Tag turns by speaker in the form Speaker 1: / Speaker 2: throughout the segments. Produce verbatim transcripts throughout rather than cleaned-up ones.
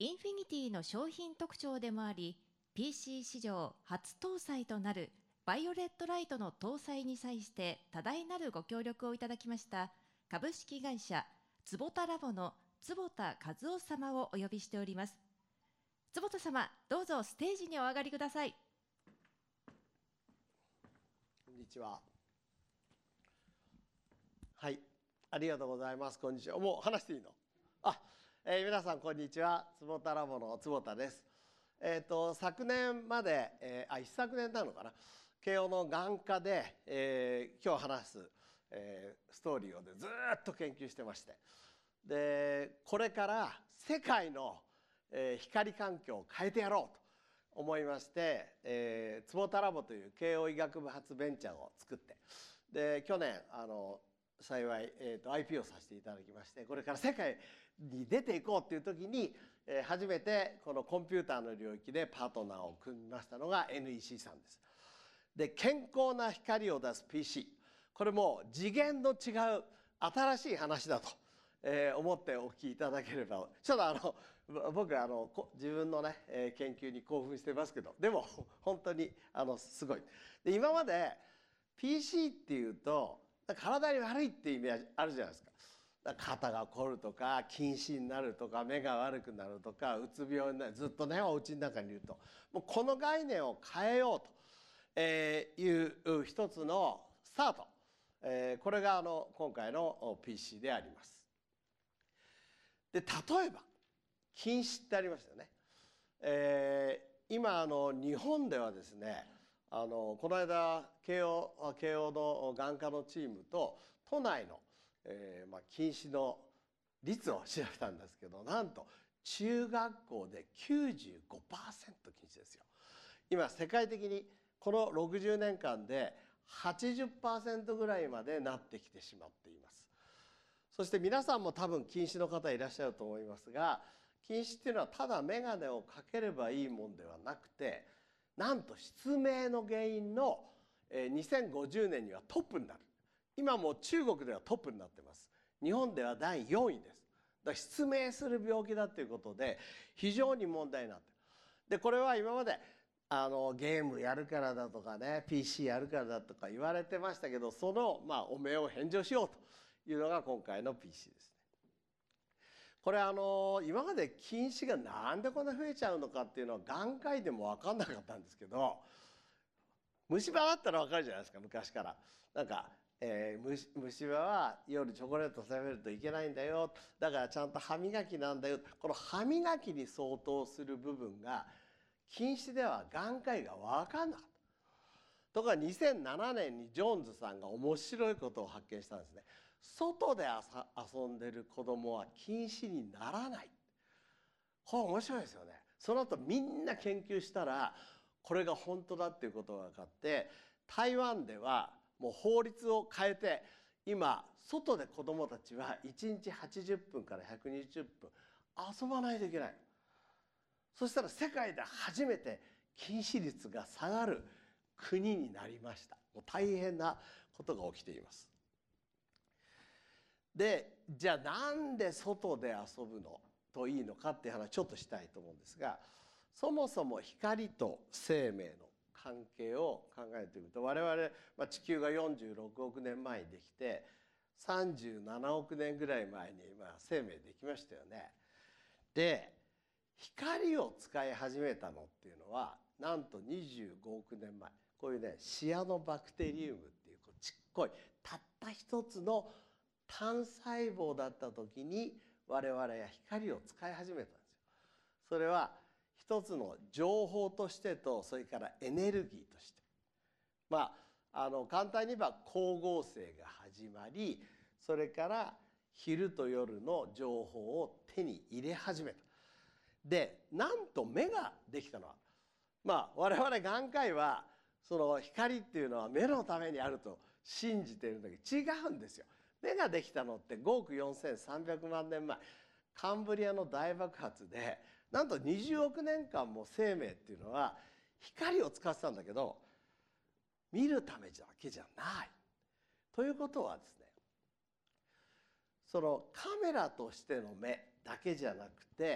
Speaker 1: インフィニティの商品特徴でもあり、ピーシー 史上初搭載となるバイオレットライトの搭載に際して多大なるご協力をいただきました株式会社坪田ラボの坪田和夫様をお呼びしております。坪田様、どうぞステージにお上がりください。
Speaker 2: こんにちは。はい、ありがとうございます。こんにちは。もう話していいの？あ、えー、皆さんこんにちは。坪田ラボの坪田です。えっ、ー、と昨年まで、えー、あ一昨年なのかな、慶応の眼科で、えー、今日話す、えー、ストーリーを、ね、ずっと研究してまして、でこれから世界の、えー、光環境を変えてやろうと思いまして、えー、坪田ラボという慶応医学部発ベンチャーを作って、で去年あの幸い、えー、と アイピー をさせていただきまして、これから世界に出ていこうっていう時に、えー、初めてこのコンピューターの領域でパートナーを組みましたのが エヌイーシー さんです。で健康な光を出す ピーシー、 これも次元の違う新しい話だと、えー、思ってお聞きいただければ。ちょっとあの僕あの自分のね、えー、研究に興奮してますけど、でも本当にあのすごい。で今まで ピーシー っていうと体に悪いっていうイメージあるじゃないですか。肩が凝るとか近視になるとか目が悪くなるとかうつ病になる、ずっとねお家の中にいると、もうこの概念を変えようと、えー、いう一つのスタート、えー、これがあの今回の ピーシー であります。で例えば近視ってありましたよね。えー、今あの日本ではですね、あのこの間慶応慶応の眼科のチームと都内の、えーまあ、近視の率を調べたんですけど、なんと中学校で きゅうじゅうごパーセント 近視ですよ。今世界的にこのろくじゅうねんかんで はちじゅっパーセント ぐらいまでなってきてしまっています。そして皆さんも多分近視の方いらっしゃると思いますが、近視っていうのはただ眼鏡をかければいいもんではなくて、なんと失明の原因のにせんごじゅうねんにはトップになる。今も中国ではトップになってます。日本ではだいよんいです。だから失明する病気だということで非常に問題になってる。でこれは今まであのゲームやるからだとかね ピーシー やるからだとか言われてましたけど、そのまあ汚名を返上しようというのが今回の ピーシー ですね。これあの今まで近視がなんでこんな増えちゃうのかっていうのは眼科医でも分かんなかったんですけど、虫歯だったら分かるじゃないですか。昔からなんか、えー、虫, 虫歯は夜チョコレート食べるといけないんだよ、だからちゃんと歯磨きなんだよ。この歯磨きに相当する部分が近視では眼科医が分かんなかった。ところがにせんななねんにジョーンズさんが面白いことを発見したんですね。外で遊んでる子供は近視にならない。これ面白いですよね。その後みんな研究したらこれが本当だっていうことが分かって、台湾ではもう法律を変えて今外で子供たちはいちにちはちじゅっぷんからひゃくにじゅっぷん遊ばないといけない。そしたら世界で初めて近視率が下がる国になりました。もう大変なことが起きています。でじゃあなんで外で遊ぶのといいのかっていう話ちょっとしたいと思うんですが、そもそも光と生命の関係を考えてみると、我々、まあ、地球がよんじゅうろくおくねんまえにできてさんじゅうななおくねんぐらい前に、まあ、生命できましたよね。で光を使い始めたのっていうのはなんとにじゅうごおくねんまえ、こういうねシアノバクテリウムっていう、こうちっこいたった一つの単細胞だった時に我々は光を使い始めたんですよ。それは一つの情報としてと、それからエネルギーとして、まああの簡単に言えば光合成が始まり、それから昼と夜の情報を手に入れ始めた。でなんと目ができたのは、まあ我々眼科医はその光っていうのは目のためにあると信じているんだけど違うんですよ。目ができたのってごおくよんせんさんびゃくまんねんまえ、カンブリアの大爆発でなんとにじゅうおくねんかんも生命っていうのは光を使ってたんだけど、見るためだけじゃない。ということはですね、そのカメラとしての目だけじゃなくて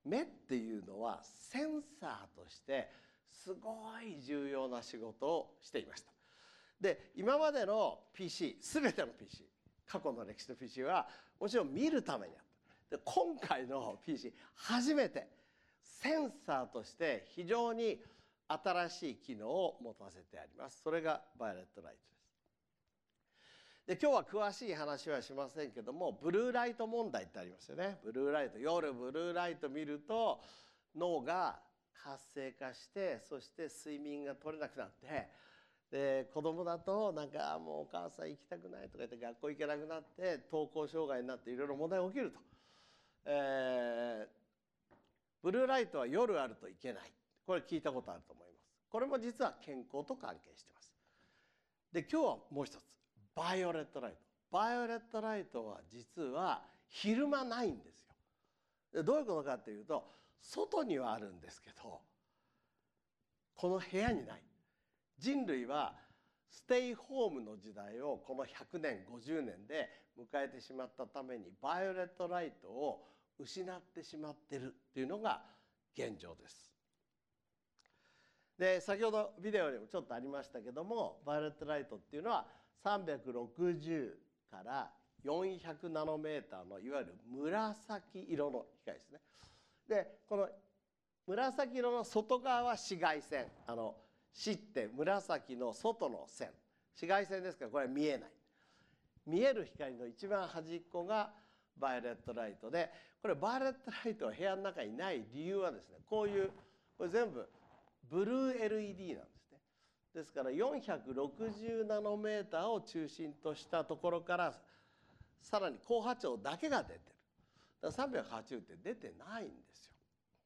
Speaker 2: 目っていうのはセンサーとしてすごい重要な仕事をしていました。で今までの ピーシー 全ての ピーシー 過去の歴史の ピーシー はもちろん見るためにあった。で今回の ピーシー 初めてセンサーとして非常に新しい機能を持たせてあります。それがバイオレットライトです。で今日は詳しい話はしませんけども、ブルーライト問題ってありますよね。ブルーライト、夜ブルーライト見ると脳が活性化して、そして睡眠が取れなくなって、で子供だとなんかもうお母さん行きたくないとか言って学校行けなくなって登校障害になっていろいろ問題が起きると、えー、ブルーライトは夜あるといけない、これ聞いたことあると思います。これも実は健康と関係しています。で今日はもう一つ、バイオレットライト。バイオレットライトは実は昼間ないんですよ。でどういうことかっていうと、外にはあるんですけどこの部屋にない。人類はステイホームの時代をこのひゃくねんごじゅうねんで迎えてしまったために、バイオレットライトを失ってしまっているっていうのが現状です。で先ほどビデオにもちょっとありましたけども、バイオレットライトっていうのはさんびゃくろくじゅうからよんひゃくナノメーターのいわゆる紫色の光ですね。でこの紫色の外側は紫外線、あの紫って紫の外の線、紫外線ですからこれは見えない。見える光の一番端っこがバイオレットライトで、これバイオレットライトは部屋の中にない理由はですね、こういうこれ全部ブルー エルイーディー なんですね。ですからよんひゃくろくじゅうナノメーターを中心としたところからさらに高波長だけが出てる。だからさんびゃくはちじゅうって出てないんですよ。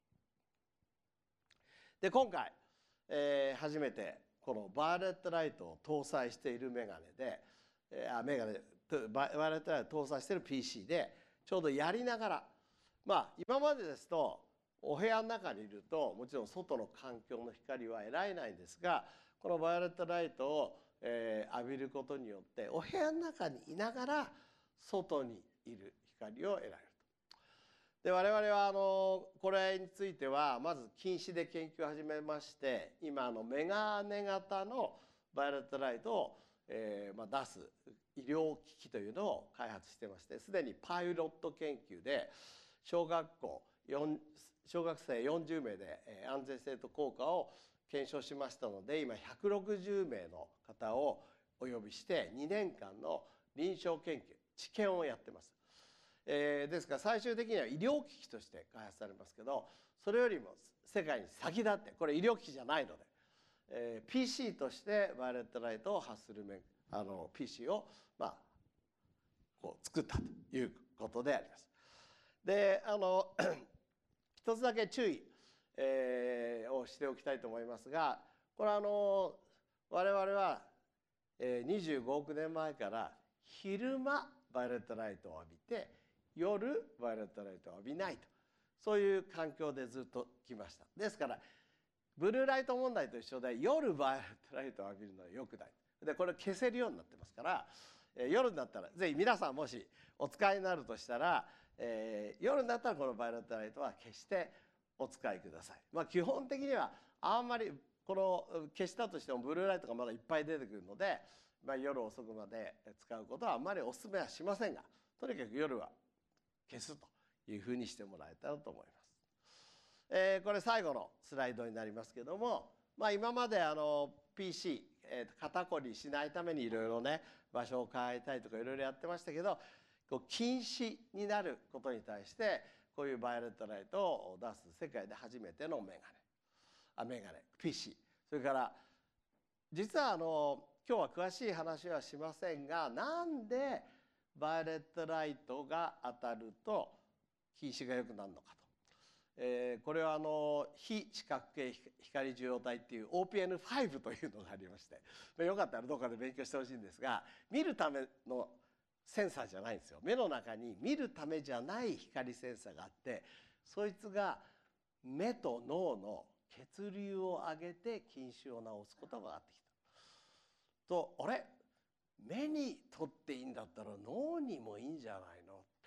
Speaker 2: で今回、えー、初めてこのバイオレットライトを搭載しているメガネで、えー、あメガネバイオレットライトを搭載している ピーシー でちょうどやりながら、まあ今までですとお部屋の中にいるともちろん外の環境の光は得られないんですが、このバイオレットライトを、えー、浴びることによってお部屋の中にいながら外にいる光を得られる。で我々はあのこれについてはまず近視で研究を始めまして、今あのメガネ型のバイオレットライトを、えーまあ、出す医療機器というのを開発してまして、すでにパイロット研究で小学校小学生よんじゅうめいで安全性と効果を検証しましたので、今ひゃくろくじゅうめいの方をお呼びしてにねんかんの臨床研究治験をやってます。えー、ですから最終的には医療機器として開発されますけど、それよりも世界に先立って、これ医療機器じゃないので、えー、ピーシー としてバイオレットライトを発する面あの ピーシー を、まあ、こう作ったということであります。であの一つだけ注意、えー、をしておきたいと思いますが、これはあの我々は、えー、にじゅうごおくねんまえから昼間バイオレットライトを浴びて夜バイオレットライトを浴びないと、そういう環境でずっと来ました。ですからブルーライト問題と一緒で、夜バイオレットライトを浴びるのは良くない。でこれ消せるようになってますから、えー、夜になったらぜひ皆さんもしお使いになるとしたら、えー、夜になったらこのバイオレットライトは消してお使いください。まあ基本的にはあんまりこの消したとしてもブルーライトがまだいっぱい出てくるので、まあ、夜遅くまで使うことはあんまりお勧めはしませんが、とにかく夜は消すというふうにしてもらえたらと思います。えー、これ最後のスライドになりますけども、まあ、今まであの ピーシー、えー、肩こりしないためにいろいろね場所を変えたりとかいろいろやってましたけど、こう近視になることに対してこういうバイオレットライトを出す世界で初めてのメガネあメガネ ピーシー、 それから実はあの今日は詳しい話はしませんが、なんでバイオレットライトが当たると近視が良くなるのかと、えー、これはあの非視覚系光受容体っていう オーピーエヌファイブ というのがありまして、まあ、よかったらどっかで勉強してほしいんですが、見るためのセンサーじゃないんですよ。目の中に見るためじゃない光センサーがあって、そいつが目と脳の血流を上げて近視を治すことが分かってきたと、あれ目にとっていいんだったら脳にもいいんじゃないの、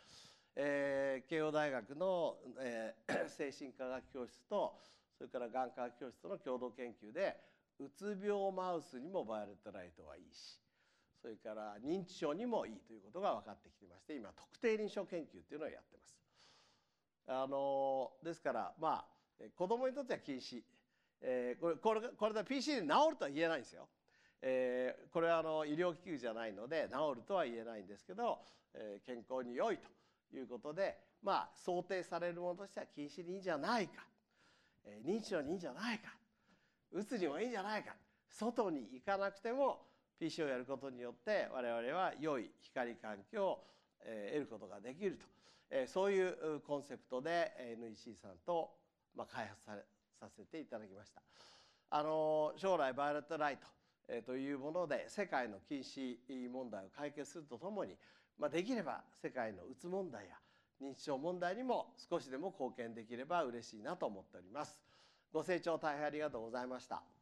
Speaker 2: えー、慶応大学の、えー、精神科学教室とそれから眼科学教室との共同研究でうつ病マウスにもバイオレットライトはいいし、それから認知症にもいいということが分かってきてまして、今特定臨床研究っていうのをやってます。あのですからまあ子どもにとっては禁止、えー、これこれこれで ピーシー で治るとは言えないんですよ。えー、これはあの医療器具じゃないので治るとは言えないんですけど、えー、健康に良いということで、まあ想定されるものとしては禁止にいいんじゃないか、えー、認知症にいいんじゃないか、うつにもいいんじゃないか、外に行かなくても ピーシー をやることによって我々は良い光環境を、えー、得ることができると、えー、そういうコンセプトで エヌイーシー さんと、まあ、開発されさせていただきました。あの将来バイオレットライト、えー、というもので世界の近視問題を解決するとともに、まあ、できれば世界のうつ問題や認知症問題にも少しでも貢献できれば嬉しいなと思っております。ご清聴大変ありがとうございました。